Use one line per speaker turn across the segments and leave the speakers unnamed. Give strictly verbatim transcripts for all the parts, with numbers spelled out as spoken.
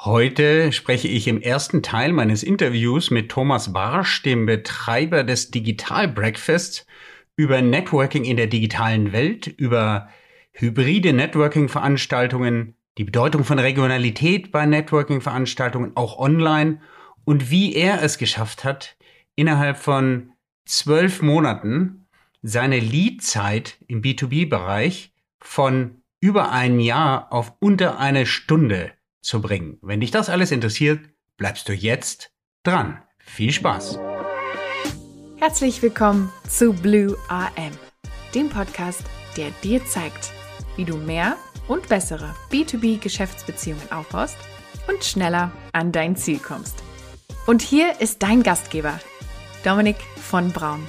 Heute spreche ich im ersten Teil meines Interviews mit Thomas Barsch, dem Betreiber des Digital Breakfast, über Networking in der digitalen Welt, über hybride Networking-Veranstaltungen, die Bedeutung von Regionalität bei Networking-Veranstaltungen, auch online, und wie er es geschafft hat, innerhalb von zwölf Monaten seine Lead-Zeit im B zwei B-Bereich von über ein Jahr auf unter eine Stunde zu bringen. Wenn dich das alles interessiert, bleibst du jetzt dran. Viel Spaß!
Herzlich willkommen zu Blue A M, dem Podcast, der dir zeigt, wie du mehr und bessere B zwei B-Geschäftsbeziehungen aufbaust und schneller an dein Ziel kommst. Und hier ist dein Gastgeber, Dominik von Braun.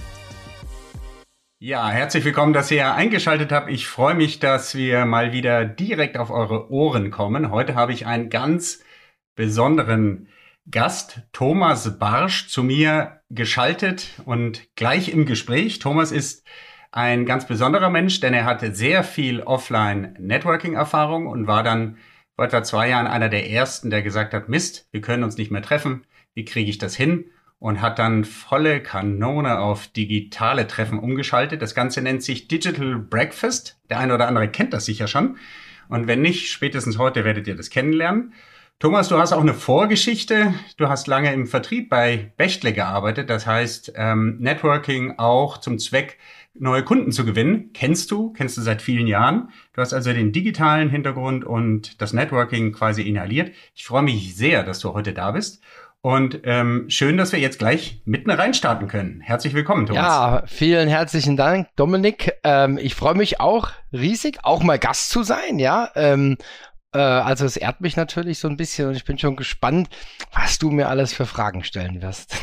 Ja, herzlich willkommen, dass ihr eingeschaltet habt. Ich freue mich, dass wir mal wieder direkt auf eure Ohren kommen. Heute habe ich einen ganz besonderen Gast, Thomas Barsch, zu mir geschaltet und gleich im Gespräch. Thomas ist ein ganz besonderer Mensch, denn er hatte sehr viel Offline-Networking-Erfahrung und war dann vor etwa zwei Jahren einer der Ersten, der gesagt hat, Mist, wir können uns nicht mehr treffen, wie kriege ich das hin? Und hat dann volle Kanone auf digitale Treffen umgeschaltet. Das Ganze nennt sich Digital Breakfast. Der eine oder andere kennt das sicher schon. Und wenn nicht, spätestens heute werdet ihr das kennenlernen. Thomas, du hast auch eine Vorgeschichte. Du hast lange im Vertrieb bei Bechtle gearbeitet. Das heißt, ähm, Networking auch zum Zweck, neue Kunden zu gewinnen. Kennst du, kennst du seit vielen Jahren. Du hast also den digitalen Hintergrund und das Networking quasi inhaliert. Ich freue mich sehr, dass du heute da bist. Und ähm, schön, dass wir jetzt gleich mitten reinstarten können. Herzlich willkommen, Thomas.
Ja, vielen herzlichen Dank, Dominik. Ähm, ich freue mich auch riesig, auch mal Gast zu sein, ja. Ähm, äh, also es ehrt mich natürlich so ein bisschen und ich bin schon gespannt, was du mir alles für Fragen stellen wirst.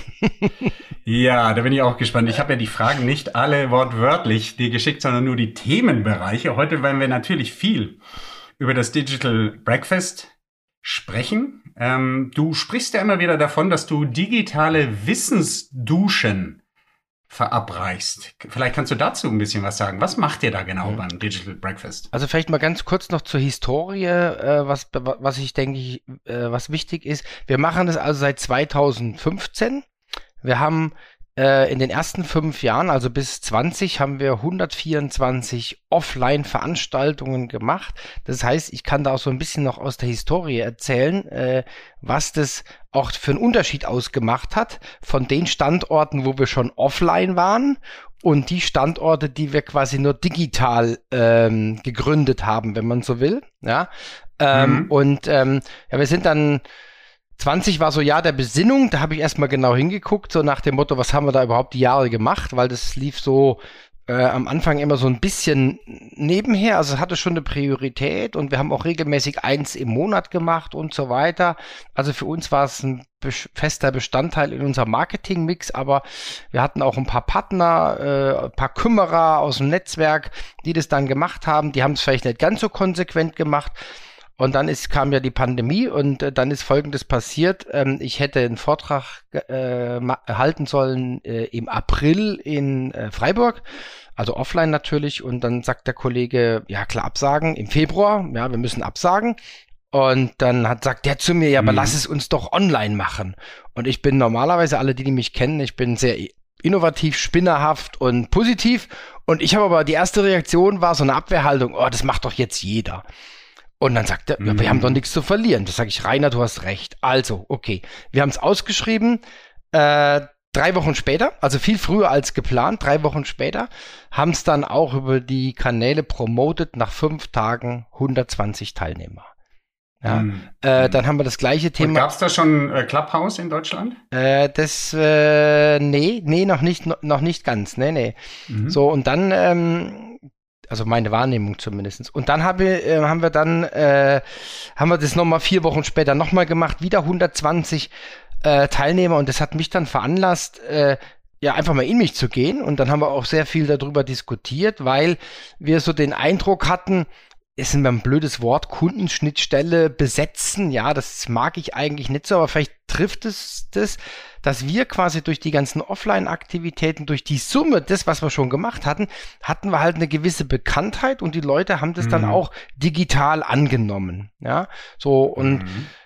Ja, da bin ich auch gespannt. Ich habe ja die Fragen nicht alle wortwörtlich dir geschickt, sondern nur die Themenbereiche. Heute werden wir natürlich viel über das Digital Breakfast sprechen. Ähm, du sprichst ja immer wieder davon, dass du digitale Wissensduschen verabreichst. Vielleicht kannst du dazu ein bisschen was sagen. Was macht ihr da genau mhm. beim Digital Breakfast?
Also vielleicht mal ganz kurz noch zur Historie, äh, was, was ich denke, äh, was wichtig ist. Wir machen das also seit zweitausendfünfzehn. Wir haben äh, in den ersten fünf Jahren, also bis zwanzig, haben wir hundertvierundzwanzig Offline-Veranstaltungen gemacht. Das heißt, ich kann da auch so ein bisschen noch aus der Historie erzählen, äh, was das auch für einen Unterschied ausgemacht hat von den Standorten, wo wir schon offline waren und die Standorte, die wir quasi nur digital ähm, gegründet haben, wenn man so will. Ja, ähm, mhm. Und ähm, ja, wir sind dann zwanzig war so Jahr der Besinnung, da habe ich erstmal genau hingeguckt, so nach dem Motto, was haben wir da überhaupt die Jahre gemacht, weil das lief so äh, am Anfang immer so ein bisschen nebenher, also es hatte schon eine Priorität und wir haben auch regelmäßig eins im Monat gemacht und so weiter. Also für uns war es ein be- fester Bestandteil in unserem Marketingmix, aber wir hatten auch ein paar Partner, äh, ein paar Kümmerer aus dem Netzwerk, die das dann gemacht haben, die haben es vielleicht nicht ganz so konsequent gemacht. Und dann ist, kam ja die Pandemie und äh, dann ist Folgendes passiert. Ähm, ich hätte einen Vortrag äh, ma- halten sollen äh, im April in äh, Freiburg, also offline natürlich. Und dann sagt der Kollege, ja klar, absagen im Februar. Ja, wir müssen absagen. Und dann hat sagt der zu mir, ja, aber mhm. lass es uns doch online machen. Und ich bin normalerweise, alle, die, die mich kennen, ich bin sehr innovativ, spinnerhaft und positiv. Und ich habe aber, die erste Reaktion war so eine Abwehrhaltung, oh, das macht doch jetzt jeder. Und dann sagt er, ja, wir haben doch nichts zu verlieren. Das sage ich, Rainer, du hast recht. Also, okay, wir haben es ausgeschrieben, äh, drei Wochen später, also viel früher als geplant, drei Wochen später, haben es dann auch über die Kanäle promotet, nach fünf Tagen hundertzwanzig Teilnehmer. Ja, mhm. äh, dann haben wir das gleiche Thema.
Gab es da schon äh, Clubhouse in Deutschland?
Äh, das, äh, nee, nee, noch nicht, noch, noch nicht ganz, nee, nee. Mhm. So, und dann, ähm, also meine Wahrnehmung zumindest. Und dann habe, äh, haben wir dann, äh, haben wir das nochmal vier Wochen später nochmal gemacht, wieder hundertzwanzig äh, Teilnehmer und das hat mich dann veranlasst, äh, ja, einfach mal in mich zu gehen und dann haben wir auch sehr viel darüber diskutiert, weil wir so den Eindruck hatten, ist ein blödes Wort, Kundenschnittstelle besetzen, ja, das mag ich eigentlich nicht so, aber vielleicht trifft es das, dass wir quasi durch die ganzen Offline-Aktivitäten, durch die Summe des, was wir schon gemacht hatten, hatten wir halt eine gewisse Bekanntheit und die Leute haben das mhm. dann auch digital angenommen, ja, so und mhm.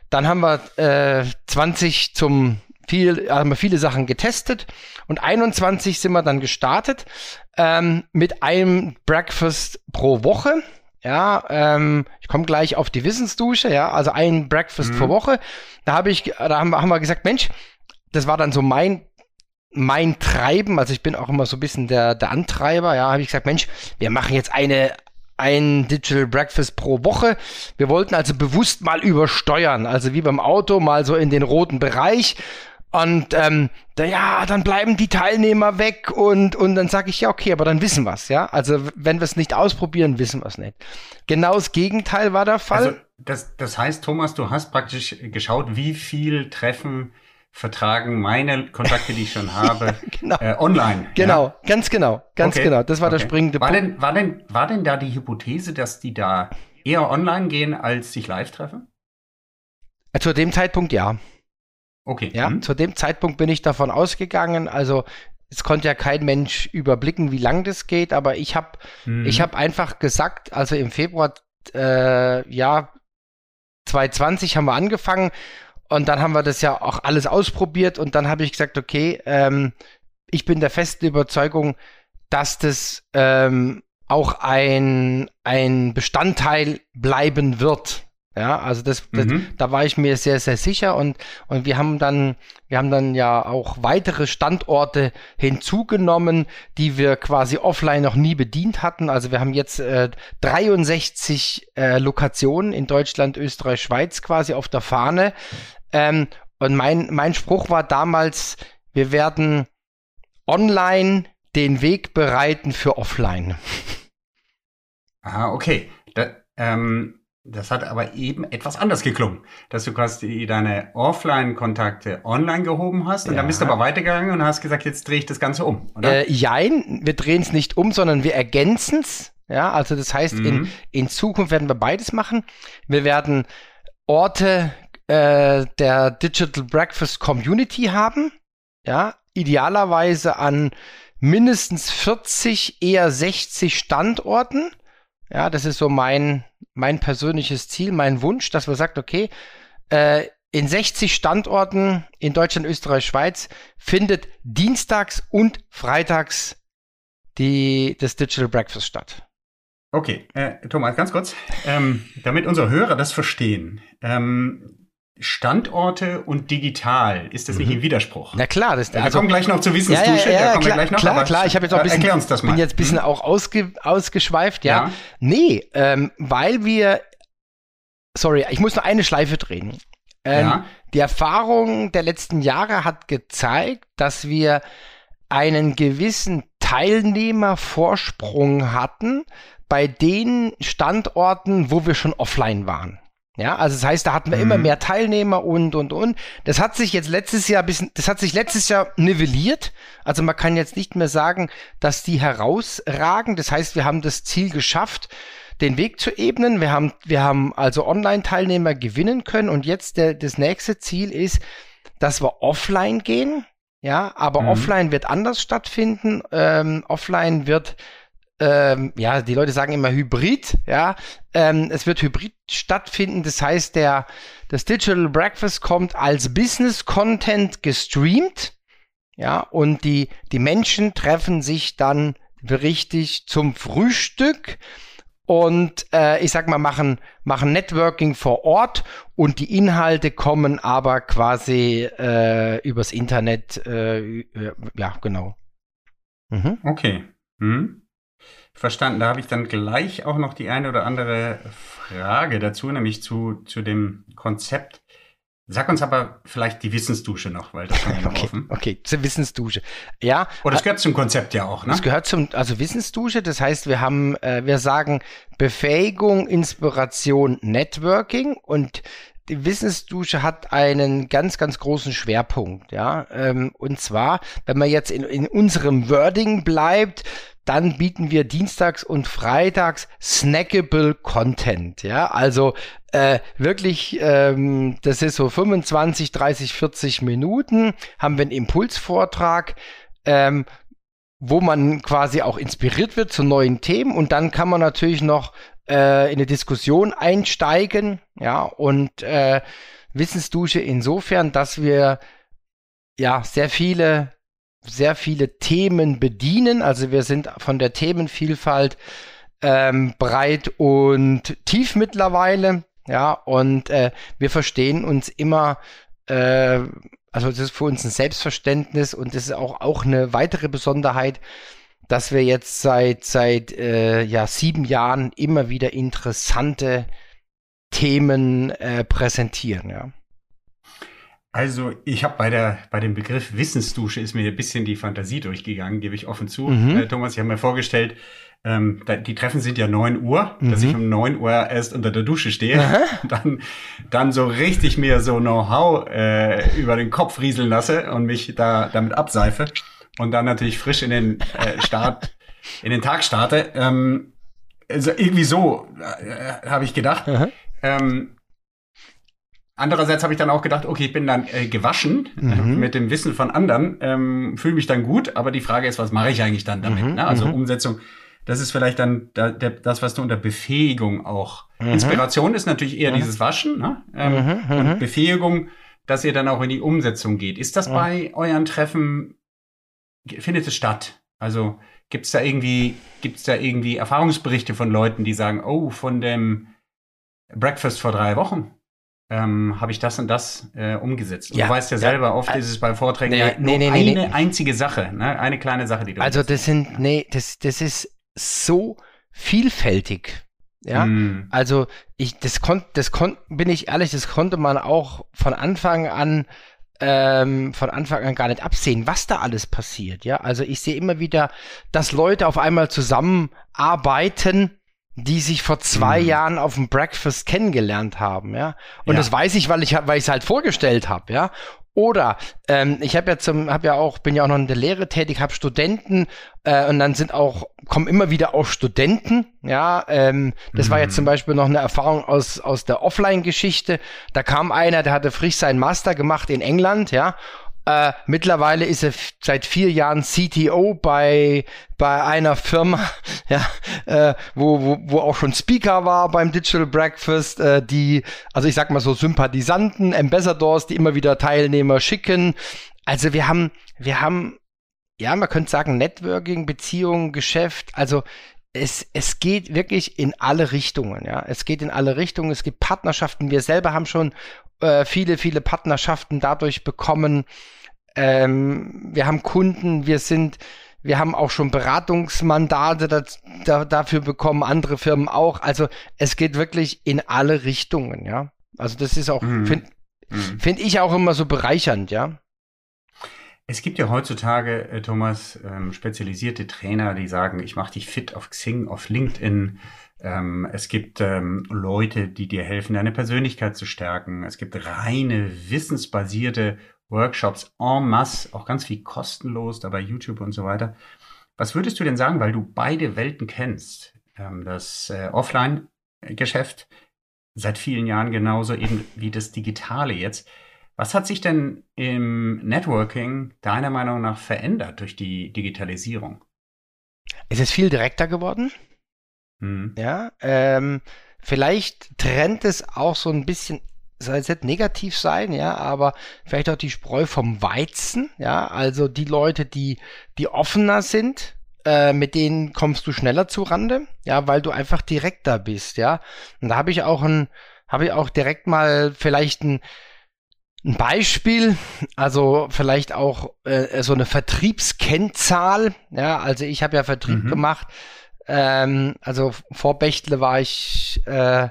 Dann haben wir äh, zwanzig zum viel, haben wir viele Sachen getestet und einundzwanzig sind wir dann gestartet ähm, mit einem Breakfast pro Woche. Ja, ähm, ich komme gleich auf die Wissensdusche, ja, also ein Breakfast mhm. pro Woche. Da habe ich, da haben wir, haben wir gesagt, Mensch, das war dann so mein mein Treiben, also ich bin auch immer so ein bisschen der der Antreiber, ja, habe ich gesagt, Mensch, wir machen jetzt eine ein Digital Breakfast pro Woche. Wir wollten also bewusst mal übersteuern, also wie beim Auto mal so in den roten Bereich. Und ähm, da, ja, dann bleiben die Teilnehmer weg und und dann sage ich, ja, okay, aber dann wissen wir's, ja. Also wenn wir es nicht ausprobieren, wissen wir es nicht. Genau das Gegenteil war der Fall.
Also das, das heißt, Thomas, du hast praktisch geschaut, wie viel Treffen vertragen meine Kontakte, die ich schon habe, genau. äh, online.
Genau,
ja?
ganz genau, ganz
okay.
genau. Das war okay. der springende
war
Punkt.
Denn, war, denn, war denn da die Hypothese, dass die da eher online gehen, als sich live treffen?
Zu dem Zeitpunkt ja.
Okay.
Ja, hm. Zu dem Zeitpunkt bin ich davon ausgegangen, also es konnte ja kein Mensch überblicken, wie lang das geht, aber ich habe hm. ich habe einfach gesagt, also im Februar äh, ja zwanzig zwanzig haben wir angefangen und dann haben wir das ja auch alles ausprobiert und dann habe ich gesagt, okay, ähm, ich bin der festen Überzeugung, dass das ähm, auch ein ein Bestandteil bleiben wird. Ja, also das, das mhm. da war ich mir sehr, sehr sicher und, und wir haben dann, wir haben dann ja auch weitere Standorte hinzugenommen, die wir quasi offline noch nie bedient hatten. Also wir haben jetzt äh, dreiundsechzig äh, Lokationen in Deutschland, Österreich, Schweiz quasi auf der Fahne. Ähm, und mein, mein Spruch war damals, wir werden online den Weg bereiten für offline.
Aha, okay. Da, ähm Das hat aber eben etwas anders geklungen, dass du quasi deine Offline-Kontakte online gehoben hast und ja. dann bist du aber weitergegangen und hast gesagt, jetzt drehe ich das Ganze um, oder?
Äh, jein, wir drehen es nicht um, sondern wir ergänzen es. Ja, also das heißt, mhm. in, in Zukunft werden wir beides machen. Wir werden Orte äh, der Digital Breakfast Community haben, ja, idealerweise an mindestens vierzig, eher sechzig Standorten. Ja, das ist so mein, mein persönliches Ziel, mein Wunsch, dass man sagt, okay, äh, in sechzig Standorten in Deutschland, Österreich, Schweiz findet dienstags und freitags die, das Digital Breakfast statt.
Okay, äh, Thomas, ganz kurz, ähm, damit unsere Hörer das verstehen. Ähm, Standorte und digital, ist das mhm. nicht im Widerspruch?
Na klar, das
wir
also,
kommen gleich noch zur Wissensdusche,
ja, ja, ja,
da kommen
klar,
wir gleich noch.
Klar,
aber
klar, ich habe jetzt auch ein bisschen,
erklär uns das mal.
bin jetzt ein bisschen
hm?
auch ausge, ausgeschweift, ja.
ja.
Nee, ähm, weil wir, sorry, ich muss noch eine Schleife drehen. Ähm,
ja.
Die Erfahrung der letzten Jahre hat gezeigt, dass wir einen gewissen Teilnehmervorsprung hatten bei den Standorten, wo wir schon offline waren. Ja, also das heißt, da hatten wir mhm. immer mehr Teilnehmer und, und, und. Das hat sich jetzt letztes Jahr bisschen, das hat sich letztes Jahr nivelliert. Also man kann jetzt nicht mehr sagen, dass die herausragen. Das heißt, wir haben das Ziel geschafft, den Weg zu ebnen. Wir haben, wir haben also Online-Teilnehmer gewinnen können und jetzt der, das nächste Ziel ist, dass wir offline gehen. Ja, aber mhm. offline wird anders stattfinden. Ähm, offline wird Ähm, ja, die Leute sagen immer Hybrid, ja, ähm, es wird Hybrid stattfinden, das heißt, der, das Digital Breakfast kommt als Business-Content gestreamt, ja, und die, die Menschen treffen sich dann richtig zum Frühstück und, äh, ich sag mal, machen, machen Networking vor Ort und die Inhalte kommen aber quasi, äh, übers Internet, äh, ja, genau.
Mhm. Okay, mhm. Verstanden. Da habe ich dann gleich auch noch die eine oder andere Frage dazu, nämlich zu, zu dem Konzept. Sag uns aber vielleicht die Wissensdusche noch, weil das schon
okay,
offen.
Okay, zur Wissensdusche. Ja.
Oder es gehört zum Konzept ja auch, ne?
Es gehört zum, also Wissensdusche, das heißt, wir haben, äh, wir sagen Befähigung, Inspiration, Networking und die Wissensdusche hat einen ganz, ganz großen Schwerpunkt, ja. Ähm, und zwar, wenn man jetzt in, in unserem Wording bleibt, dann bieten wir dienstags und freitags snackable Content, ja, also äh, wirklich, ähm, das ist so fünfundzwanzig, dreißig, vierzig Minuten, haben wir einen Impulsvortrag, ähm, wo man quasi auch inspiriert wird zu neuen Themen und dann kann man natürlich noch äh, in eine Diskussion einsteigen, ja, und äh, Wissensdusche insofern, dass wir ja sehr viele, sehr viele Themen bedienen. Also wir sind von der Themenvielfalt ähm, breit und tief mittlerweile, ja, und äh, wir verstehen uns immer, äh, also das ist für uns ein Selbstverständnis und das ist auch, auch eine weitere Besonderheit, dass wir jetzt seit, seit äh, ja, sieben Jahren immer wieder interessante Themen äh, präsentieren, ja.
Also ich habe bei der bei dem Begriff Wissensdusche ist mir ein bisschen die Fantasie durchgegangen, gebe ich offen zu.
Mhm.
Äh, Thomas, ich habe mir vorgestellt, ähm, da, die Treffen sind ja neun Uhr,
Mhm.
dass ich um neun Uhr erst unter der Dusche stehe, dann dann so richtig mir so Know-how äh, über den Kopf rieseln lasse und mich da damit abseife und dann natürlich frisch in den äh, Start in den Tag starte. Ähm, also irgendwie so äh, habe ich gedacht. Ähm, Andererseits habe ich dann auch gedacht, okay, ich bin dann äh, gewaschen äh,
Mhm.
mit dem Wissen von anderen, ähm, fühle mich dann gut, aber die Frage ist, was mache ich eigentlich dann damit?
Mhm,
Ne? Also
mhm.
Umsetzung, das ist vielleicht dann da, der, das, was du unter Befähigung auch.
Mhm.
Inspiration ist natürlich eher
Mhm.
dieses Waschen, ne? ähm,
Mhm, mhm.
und Befähigung, dass ihr dann auch in die Umsetzung geht. Ist das
Mhm.
bei euren Treffen, findet es statt? Also gibt's da irgendwie, gibt's da irgendwie Erfahrungsberichte von Leuten, die sagen, oh, von dem Breakfast vor drei Wochen ähm, habe ich das und das äh, umgesetzt. Und
Ja,
du weißt ja
ja.
selber, oft
Äh,
ist es bei Vorträgen
nee,
ja
nee,
nur
nee, nee,
eine
nee.
einzige Sache, ne? Eine kleine Sache, die du
Also
umsetzt.
das sind, nee, das, das ist so vielfältig. Ja,
Hm.
also ich, das konnte, das konnte, bin ich ehrlich, das konnte man auch von Anfang an, ähm, von Anfang an gar nicht absehen, was da alles passiert. Ja, also ich sehe immer wieder, dass Leute auf einmal zusammenarbeiten, die sich vor zwei
Mhm.
Jahren auf dem Breakfast kennengelernt haben, ja. Und
Ja.
das weiß ich, weil ich, weil ich es halt vorgestellt habe, ja. Oder ähm, ich habe ja zum, habe ja auch, bin ja auch noch in der Lehre tätig, habe Studenten äh, und dann sind auch, kommen immer wieder auch Studenten, ja. Ähm, das war jetzt zum
Mhm.
Beispiel noch eine Erfahrung aus aus der Offline-Geschichte. Da kam einer, der hatte frisch seinen Master gemacht in England, ja. Äh, mittlerweile ist er f- seit vier Jahren C T O bei bei einer Firma, ja, äh, wo, wo wo auch schon Speaker war beim Digital Breakfast, äh, die, also ich sag mal so Sympathisanten, Ambassadors, die immer wieder Teilnehmer schicken. Also wir haben wir haben, ja, man könnte sagen Networking, Beziehungen, Geschäft. Also es es geht wirklich in alle Richtungen, ja. Es geht in alle Richtungen. Es gibt Partnerschaften. Wir selber haben schon äh, viele viele Partnerschaften dadurch bekommen. Ähm, wir haben Kunden, wir sind, wir haben auch schon Beratungsmandate da, da, dafür bekommen, andere Firmen auch. Also es geht wirklich in alle Richtungen, ja. Also das ist auch,
Mhm.
finde
Mhm.
find ich auch immer so bereichernd, ja.
Es gibt ja heutzutage, äh, Thomas, ähm, spezialisierte Trainer, die sagen, ich mache dich fit auf Xing, auf LinkedIn. Ähm, es gibt ähm, Leute, die dir helfen, deine Persönlichkeit zu stärken. Es gibt reine wissensbasierte Workshops en masse, auch ganz viel kostenlos, da bei YouTube und so weiter. Was würdest du denn sagen, weil du beide Welten kennst? Ähm, das äh, Offline-Geschäft seit vielen Jahren genauso eben wie das Digitale jetzt. Was hat sich denn im Networking deiner Meinung nach verändert durch die Digitalisierung?
Es ist viel direkter geworden,
Hm.
ja. Ähm, vielleicht trennt es auch so ein bisschen, soll jetzt nicht negativ sein, ja, aber vielleicht auch die Spreu vom Weizen, ja. Also die Leute, die, die offener sind, äh, mit denen kommst du schneller zu Rande, ja, weil du einfach direkter bist, ja. Und da habe ich auch ein, habe ich auch direkt mal vielleicht ein Ein Beispiel, also vielleicht auch äh, so eine Vertriebskennzahl. Ja, also ich habe ja Vertrieb
Mhm.
gemacht. Ähm, also vor Bechtle war ich äh,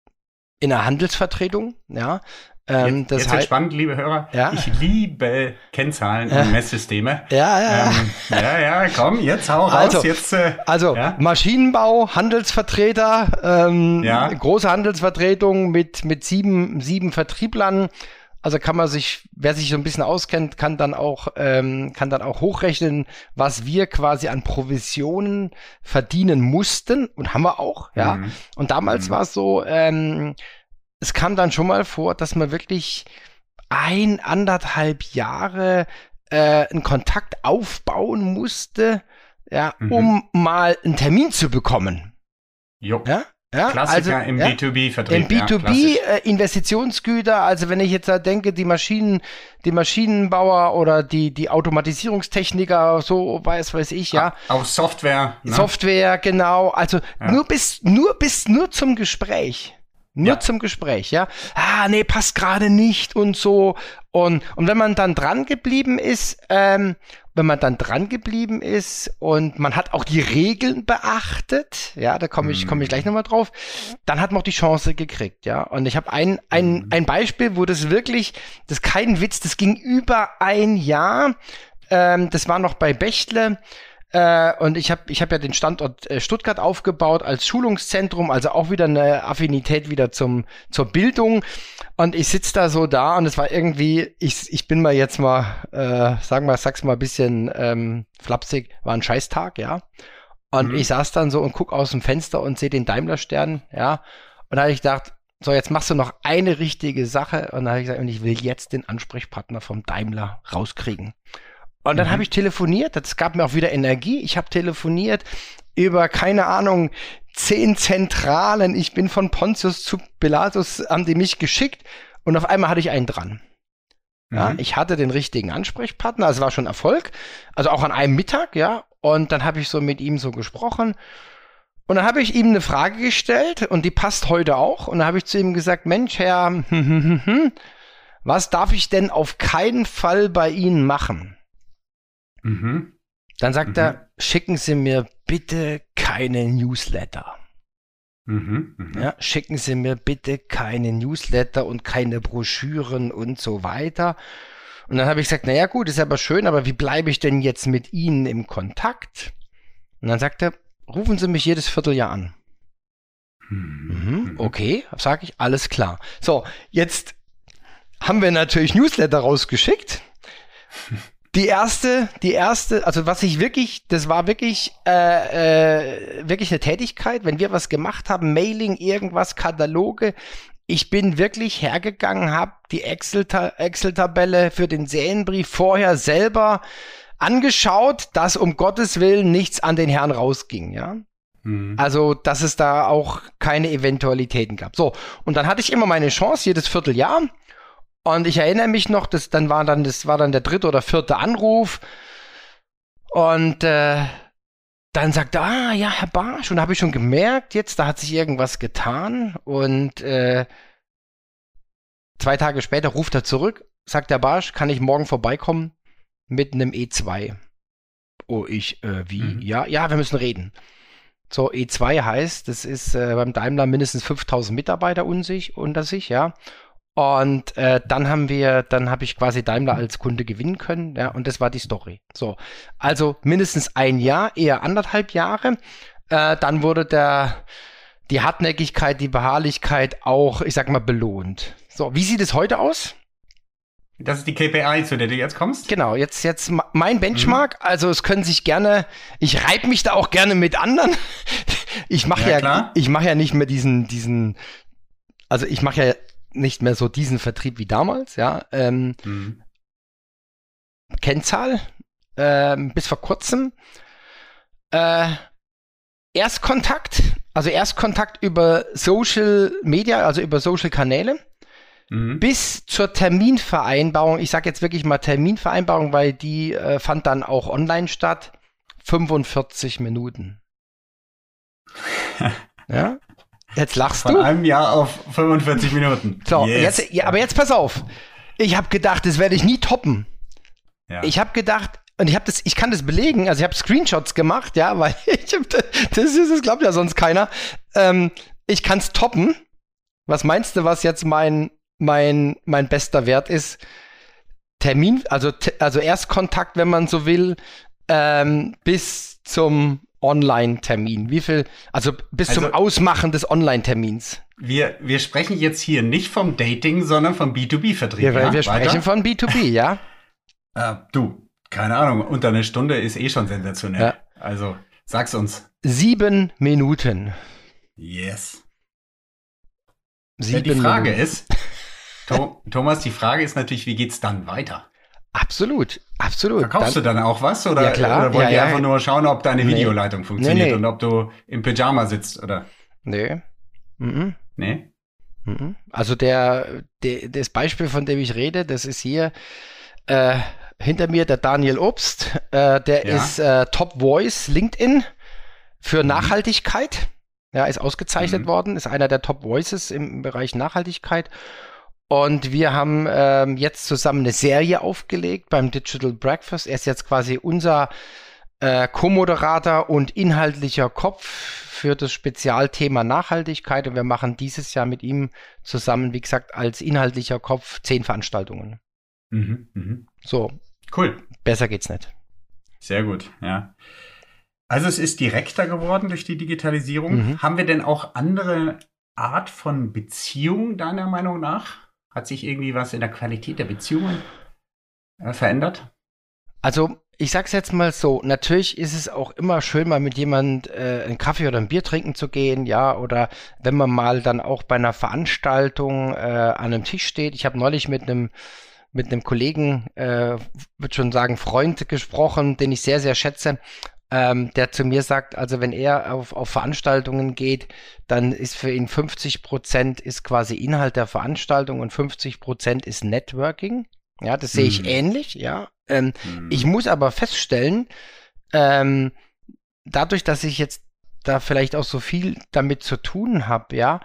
in einer Handelsvertretung. Ja, ähm,
Jetzt,
das
jetzt wird
heißt,
spannend, liebe Hörer.
Ja.
Ich liebe Kennzahlen
Ja.
und Messsysteme.
ja, ja.
Ähm, ja, ja, komm, jetzt hau raus.
Also,
jetzt, äh,
Also
ja.
Maschinenbau, Handelsvertreter, ähm,
Ja.
große Handelsvertretung mit mit sieben sieben Vertrieblern. Also kann man sich, wer sich so ein bisschen auskennt, kann dann auch ähm, kann dann auch hochrechnen, was wir quasi an Provisionen verdienen mussten und haben wir auch, ja.
Mhm.
Und damals
Mhm.
war es so, ähm, es kam dann schon mal vor, dass man wirklich ein anderthalb Jahre äh, einen Kontakt aufbauen musste, ja,
Mhm.
um mal einen Termin zu bekommen.
Jo.
Ja? Ja,
Klassiker
also,
im
ja,
B zwei B-Vertrieb.
Im B zwei B
ja,
äh, Investitionsgüter, also wenn ich jetzt da denke, die Maschinen, die Maschinenbauer oder die, die Automatisierungstechniker, so weiß, weiß ich, ja.
Auch Software. Ne?
Software, genau. Also
ja.
nur bis, nur bis, nur zum Gespräch. Nur
ja.
zum Gespräch, ja. Ah, nee, passt gerade nicht und so. Und, und wenn man dann dran geblieben ist, ähm, wenn man dann dran geblieben ist und man hat auch die Regeln beachtet, ja, da komme ich, komme ich gleich nochmal drauf, dann hat man auch die Chance gekriegt, ja. Und ich habe ein, ein, ein Beispiel, wo das wirklich, das ist kein Witz, das ging über ein Jahr, ähm, das war noch bei Bechtle. Äh, und ich habe ich hab ja den Standort äh, Stuttgart aufgebaut als Schulungszentrum, also auch wieder eine Affinität wieder zum zur Bildung. Und ich sitz da so da und es war irgendwie, ich ich bin mal jetzt mal, äh, sagen wir, sag's mal ein bisschen ähm, flapsig, war ein Scheißtag, ja. Und mhm. ich saß dann so und guck aus dem Fenster und sehe den Daimler-Stern, ja. Und da habe ich gedacht, so, jetzt machst du noch eine richtige Sache. Und dann habe ich gesagt, und ich will jetzt den Ansprechpartner vom Daimler rauskriegen. Und dann mhm. habe ich telefoniert, das gab mir auch wieder Energie. Ich habe telefoniert über, keine Ahnung, zehn Zentralen. Ich bin von Pontius zu Pilatus, haben die mich geschickt. Und auf einmal hatte ich einen dran. Ja, mhm. ich hatte den richtigen Ansprechpartner, also war schon Erfolg. Also auch an einem Mittag, ja. Und dann habe ich so mit ihm so gesprochen. Und dann habe ich ihm eine Frage gestellt und die passt heute auch. Und dann habe ich zu ihm gesagt, Mensch, Herr, was darf ich denn auf keinen Fall bei Ihnen machen?
Mhm.
Dann sagt
mhm.
er, schicken Sie mir bitte keine Newsletter.
Mhm. Mhm.
Ja, schicken Sie mir bitte keine Newsletter und keine Broschüren und so weiter. Und dann habe ich gesagt, naja gut, ist aber schön, aber wie bleibe ich denn jetzt mit Ihnen im Kontakt? Und dann sagt er, rufen Sie mich jedes Vierteljahr an. Mhm. Okay, sage ich, alles klar. So, jetzt haben wir natürlich Newsletter rausgeschickt. Die erste, die erste, also was ich wirklich, das war wirklich, äh, äh, wirklich eine Tätigkeit, wenn wir was gemacht haben, Mailing, irgendwas, Kataloge. Ich bin wirklich hergegangen, habe die Excel-Ta- Excel-Tabelle für den Serienbrief vorher selber angeschaut, dass um Gottes Willen nichts an den Herrn rausging, ja. Mhm. Also, dass es da auch keine Eventualitäten gab. So, und dann hatte ich immer meine Chance, jedes Vierteljahr. Und ich erinnere mich noch, das dann war dann, das war dann der dritte oder vierte Anruf. Und äh, dann sagt er, ah ja, Herr Barsch, und da habe ich schon gemerkt, jetzt, da hat sich irgendwas getan. Und äh, zwei Tage später ruft er zurück, sagt der Barsch, kann ich morgen vorbeikommen mit einem E zwei? Oh, ich, äh, wie? Mhm. Ja, ja, wir müssen reden. So, E zwei heißt, das ist äh, beim Daimler mindestens fünftausend Mitarbeiter unter sich, unter sich, ja. Und äh, dann haben wir, dann habe ich quasi Daimler als Kunde gewinnen können, ja, und das war die Story. So, also mindestens ein Jahr, eher anderthalb Jahre. Äh, dann wurde der die Hartnäckigkeit, die Beharrlichkeit auch, ich sag mal, belohnt. So, wie sieht es heute aus?
Das ist die K P I, zu der du jetzt kommst?
Genau, jetzt jetzt mein Benchmark. Mhm. Also es können sich gerne, ich reibe mich da auch gerne mit anderen. Ich mache ja, ja ich mache ja nicht mehr diesen diesen, also ich mache ja nicht mehr so diesen Vertrieb wie damals, ja. Ähm, mhm. Kennzahl, ähm, bis vor kurzem. Äh, Erstkontakt, also Erstkontakt über Social Media, also über Social Kanäle, mhm. bis zur Terminvereinbarung. Ich sage jetzt wirklich mal Terminvereinbarung, weil die äh, fand dann auch online statt. fünfundvierzig Minuten. Ja. Jetzt lachst
Von
du.
Von einem Jahr auf fünfundvierzig Minuten.
So,
yes.
jetzt, ja, aber jetzt pass auf. Ich habe gedacht, das werde ich nie toppen. Ja. Ich habe gedacht, und ich habe das, ich kann das belegen, also ich habe Screenshots gemacht, ja, weil ich hab, das ist, das glaubt ja sonst keiner. Ähm, ich kann es toppen. Was meinst du, was jetzt mein mein mein bester Wert ist? Termin, also also Erstkontakt, wenn man so will, ähm, bis zum Online-Termin. Wie viel, also bis also, zum Ausmachen des Online-Termins.
Wir, wir sprechen jetzt hier nicht vom Dating, sondern vom B zwei B-Vertrieb.
Wir, ja? wir sprechen von B zwei B, ja.
äh, du, keine Ahnung, unter einer Stunde ist eh schon sensationell. Ja. Also, sag's uns.
Sieben Minuten.
Yes.
Sieben
ja, die Frage
Minuten.
ist, Thomas, die Frage ist natürlich, wie geht's dann weiter?
Absolut, absolut.
Verkaufst dann, du dann auch was? Oder,
ja, klar.
oder wollt
ja,
ihr
ja.
einfach nur schauen, ob deine
nee.
Videoleitung funktioniert
nee, nee.
und ob du im Pyjama sitzt? Oder?
Nee, Mhm.
Nee?
Mhm. Also der, der, das Beispiel, von dem ich rede, das ist hier äh, hinter mir der Daniel Obst. Äh, der
Ja.
ist äh, Top Voice LinkedIn für mhm. Nachhaltigkeit. Ja, ist ausgezeichnet mhm. worden, ist einer der Top Voices im Bereich Nachhaltigkeit. Und wir haben ähm, jetzt zusammen eine Serie aufgelegt beim Digital Breakfast. Er ist jetzt quasi unser äh, Co-Moderator und inhaltlicher Kopf für das Spezialthema Nachhaltigkeit. Und wir machen dieses Jahr mit ihm zusammen, wie gesagt, als inhaltlicher Kopf zehn Veranstaltungen.
Mhm, mh.
So.
Cool.
Besser geht's nicht.
Sehr gut, ja. Also es ist direkter geworden durch die Digitalisierung. Mhm. Haben wir denn auch andere Art von Beziehungen deiner Meinung nach? Hat sich irgendwie was in der Qualität der Beziehungen äh, verändert?
Also ich sag's jetzt mal so, natürlich ist es auch immer schön, mal mit jemand äh, einen Kaffee oder ein Bier trinken zu gehen, ja, oder wenn man mal dann auch bei einer Veranstaltung äh, an einem Tisch steht. Ich habe neulich mit einem mit einem Kollegen, äh, würde schon sagen, Freund gesprochen, den ich sehr, sehr schätze. Ähm, der zu mir sagt, also wenn er auf, auf Veranstaltungen geht, dann ist für ihn fünfzig Prozent ist quasi Inhalt der Veranstaltung und fünfzig Prozent ist Networking. Ja, das sehe ich
Mhm.
ähnlich, ja. Ähm,
Mhm.
Ich muss aber feststellen, ähm, dadurch, dass ich jetzt da vielleicht auch so viel damit zu tun habe, ja,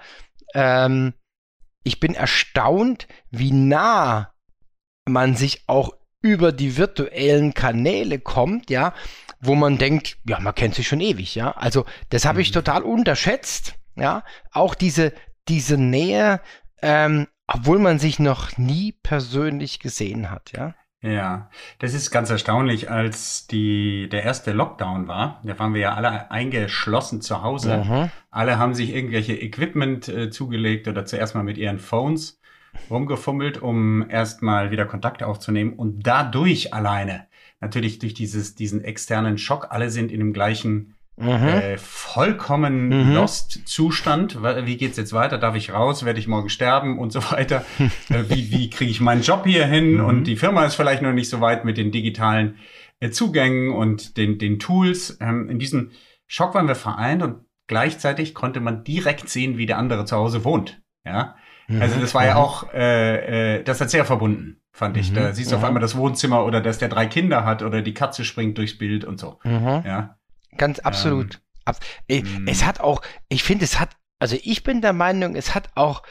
ähm, ich bin erstaunt, wie nah man sich auch über die virtuellen Kanäle kommt, ja, wo man denkt, ja, man kennt sich schon ewig, ja. Also das habe ich
Mhm.
total unterschätzt, ja. Auch diese, diese Nähe, ähm, obwohl man sich noch nie persönlich gesehen hat, ja.
Ja, das ist ganz erstaunlich, als die, der erste Lockdown war. Da waren wir ja alle eingeschlossen zu Hause.
Mhm.
Alle haben sich irgendwelche Equipment äh, zugelegt oder zuerst mal mit ihren Phones rumgefummelt, um erstmal wieder Kontakt aufzunehmen. Und dadurch alleine, natürlich durch dieses, diesen externen Schock, alle sind in dem gleichen
Mhm.
äh, vollkommen
Mhm.
Lost-Zustand. Wa- Wie geht's jetzt weiter? Darf ich raus? Werde ich morgen sterben? Und so weiter. äh, wie wie kriege ich meinen Job hier hin?
Mhm.
Und die Firma ist vielleicht noch nicht so weit mit den digitalen äh, Zugängen und den, den Tools. Ähm, in diesem Schock waren wir vereint und gleichzeitig konnte man direkt sehen, wie der andere zu Hause wohnt. Ja, also das war ja
Mhm.
auch, äh, äh, das hat sehr verbunden, fand ich.
Mhm.
Da siehst du auf
Mhm.
einmal das Wohnzimmer oder dass der drei Kinder hat oder die Katze springt durchs Bild und so.
Mhm.
Ja.
Ganz absolut. Ab, äh,
mm.
Es hat auch, ich finde, es hat, also ich bin der Meinung, es hat auch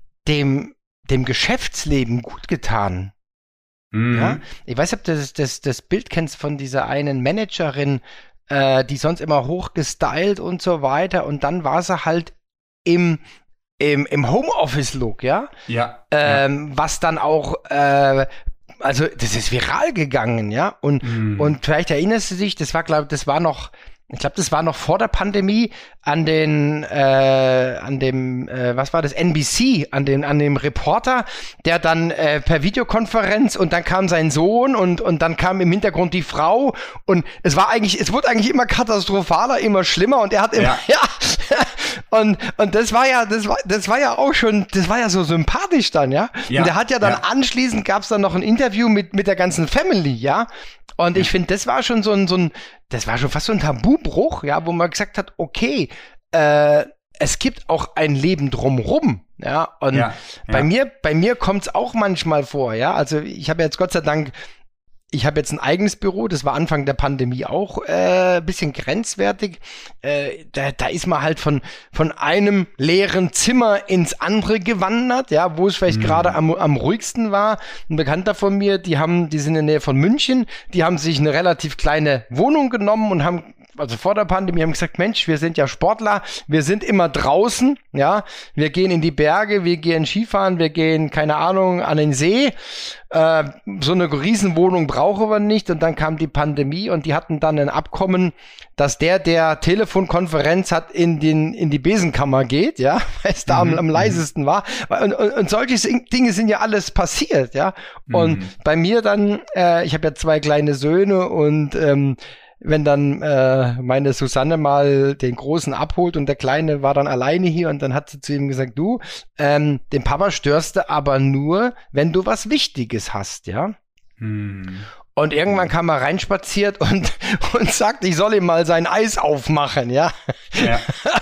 dem, dem Geschäftsleben gut getan.
Mhm.
Ja? Ich weiß nicht, ob du das, das, das Bild kennst von dieser einen Managerin, äh, die sonst immer hoch gestylt und so weiter, und dann war sie halt im, im, im Homeoffice-Look, ja?
Ja.
Ähm, was dann auch, äh, also das ist viral gegangen, ja? Und,
Mhm.
und vielleicht erinnerst du dich, das war, glaube das war noch, ich glaube, das war noch vor der Pandemie, an den, äh, an dem, äh, was war das, N B C, an den, an dem Reporter, der dann äh, per Videokonferenz, und dann kam sein Sohn und, und dann kam im Hintergrund die Frau, und es war eigentlich, es wurde eigentlich immer katastrophaler, immer schlimmer, und er hat immer,
Ja.
ja, und, und das war ja, das war, das war ja auch schon, das war ja so sympathisch dann, ja.
Ja,
Und er hat ja dann
ja.
anschließend, gab es dann noch ein Interview mit, mit der ganzen Family, ja. Und ich finde, das war schon so ein, so ein, das war schon fast so ein Tabubruch, ja, wo man gesagt hat, okay, äh, es gibt auch ein Leben drumrum, ja. Und
Ja,
bei
ja.
mir, bei mir kommt es auch manchmal vor, ja. Also ich habe jetzt Gott sei Dank, ich habe jetzt ein eigenes Büro, das war Anfang der Pandemie auch äh, ein bisschen grenzwertig. Äh, da, da ist man halt von, von einem leeren Zimmer ins andere gewandert, ja, wo es vielleicht
Mhm.
gerade am, am ruhigsten war. Ein Bekannter von mir, die haben, die sind in der Nähe von München, die haben sich eine relativ kleine Wohnung genommen und haben, also vor der Pandemie, haben gesagt, Mensch, wir sind ja Sportler, wir sind immer draußen, ja, wir gehen in die Berge, wir gehen Skifahren, wir gehen, keine Ahnung, an den See. Äh, so eine Riesenwohnung brauchen wir nicht. Und dann kam die Pandemie und die hatten dann ein Abkommen, dass der, der Telefonkonferenz hat, in den in die Besenkammer geht, ja, weil es da
Mhm,
am, am
mhm.
leisesten war. Und, und, und solche Sing- Dinge sind ja alles passiert, ja. Und
Mhm.
bei mir dann, äh, ich habe ja zwei kleine Söhne, und ähm, wenn dann äh, meine Susanne mal den Großen abholt und der Kleine war dann alleine hier, und dann hat sie zu ihm gesagt, du, ähm, den Papa störst du aber nur, wenn du was Wichtiges hast, ja.
Mhm.
Und irgendwann kam er reinspaziert und, und sagt, ich soll ihm mal sein Eis aufmachen, ja.
Ja.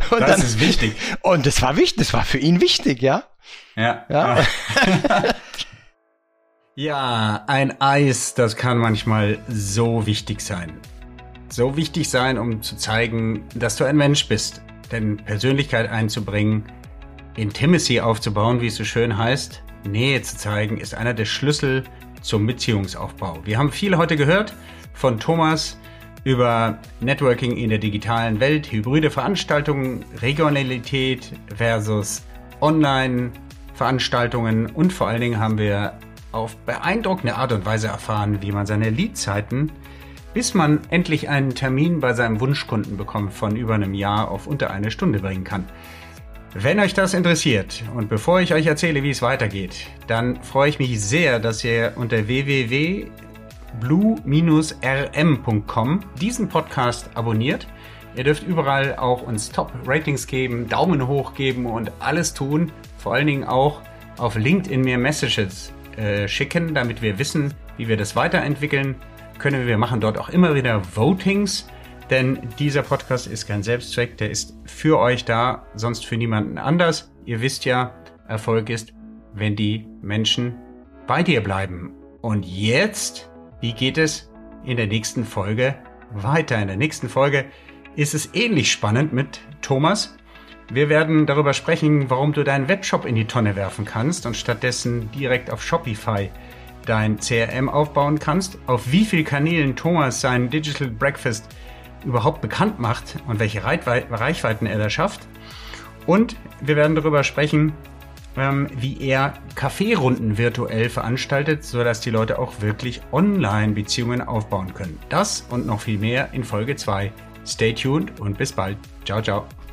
Und
das
dann,
ist wichtig.
Und das war wichtig, das war für ihn wichtig, ja?
Ja.
Ja.
Ja, ein Eis, das kann manchmal so wichtig sein. So wichtig sein, um zu zeigen, dass du ein Mensch bist. Denn Persönlichkeit einzubringen, Intimacy aufzubauen, wie es so schön heißt, Nähe zu zeigen, ist einer der Schlüssel zum Beziehungsaufbau. Wir haben viel heute gehört von Thomas über Networking in der digitalen Welt, hybride Veranstaltungen, Regionalität versus Online-Veranstaltungen und vor allen Dingen haben wir auf beeindruckende Art und Weise erfahren, wie man seine Leadzeiten, bis man endlich einen Termin bei seinem Wunschkunden bekommt, von über einem Jahr auf unter eine Stunde bringen kann. Wenn euch das interessiert und bevor ich euch erzähle, wie es weitergeht, dann freue ich mich sehr, dass ihr unter w w w punkt blue R M punkt com diesen Podcast abonniert. Ihr dürft überall auch uns Top-Ratings geben, Daumen hoch geben und alles tun, vor allen Dingen auch auf LinkedIn mir Messages äh, schicken, damit wir wissen, wie wir das weiterentwickeln können. Wir machen dort auch immer wieder Votings, denn dieser Podcast ist kein Selbstzweck, der ist für euch da, sonst für niemanden anders. Ihr wisst ja, Erfolg ist, wenn die Menschen bei dir bleiben. Und jetzt, wie geht es in der nächsten Folge weiter? In der nächsten Folge ist es ähnlich spannend mit Thomas. Wir werden darüber sprechen, warum du deinen Webshop in die Tonne werfen kannst und stattdessen direkt auf Shopify dein C R M aufbauen kannst, auf wie vielen Kanälen Thomas seinen Digital Breakfast überhaupt bekannt macht und welche Reichweiten er da schafft. Und wir werden darüber sprechen, wie er Kaffeerunden virtuell veranstaltet, sodass die Leute auch wirklich Online-Beziehungen aufbauen können. Das und noch viel mehr in Folge zwei. Stay tuned und bis bald. Ciao, ciao.